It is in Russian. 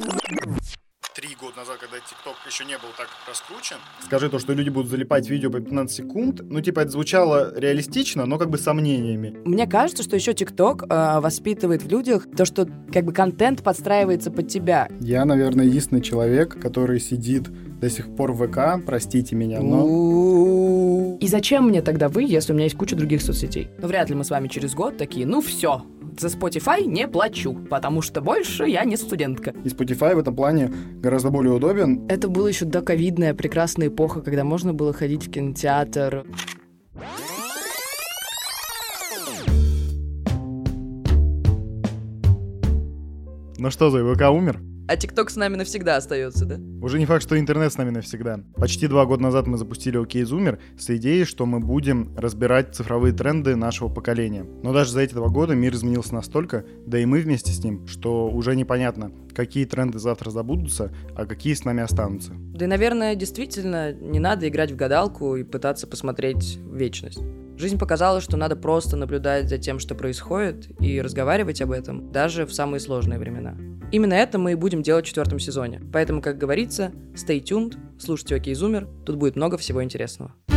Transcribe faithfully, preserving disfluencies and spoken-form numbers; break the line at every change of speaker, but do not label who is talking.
Три года назад, когда ТикТок еще не был так раскручен.
Скажи то, что люди будут залипать видео по пятнадцать секунд. Ну, типа, это звучало реалистично, но как бы с сомнениями.
Мне кажется, что еще ТикТок э, воспитывает в людях то, что как бы контент подстраивается под тебя.
Я, наверное, единственный человек, который сидит до сих пор в ВК, простите меня, но...
И зачем мне тогда вы, если у меня есть куча других соцсетей? Ну, вряд ли мы с вами через год такие, ну все, за Spotify не плачу, потому что больше я не студентка.
И Spotify в этом плане гораздо более удобен.
Это была еще доковидная прекрасная эпоха, когда можно было ходить в кинотеатр.
Ну что, за ВК умер?
А ТикТок с нами навсегда остается, да?
Уже не факт, что интернет с нами навсегда. Почти два года назад мы запустили OkZoomer с идеей, что мы будем разбирать цифровые тренды нашего поколения. Но даже за эти два года мир изменился настолько, да и мы вместе с ним, что уже непонятно, какие тренды завтра забудутся, а какие с нами останутся.
Да и, наверное, действительно не надо играть в гадалку и пытаться посмотреть в вечность. Жизнь показала, что надо просто наблюдать за тем, что происходит, и разговаривать об этом даже в самые сложные времена. Именно это мы и будем делать в четвертом сезоне. Поэтому, как говорится, stay tuned, слушайте OkZoomer, тут будет много всего интересного.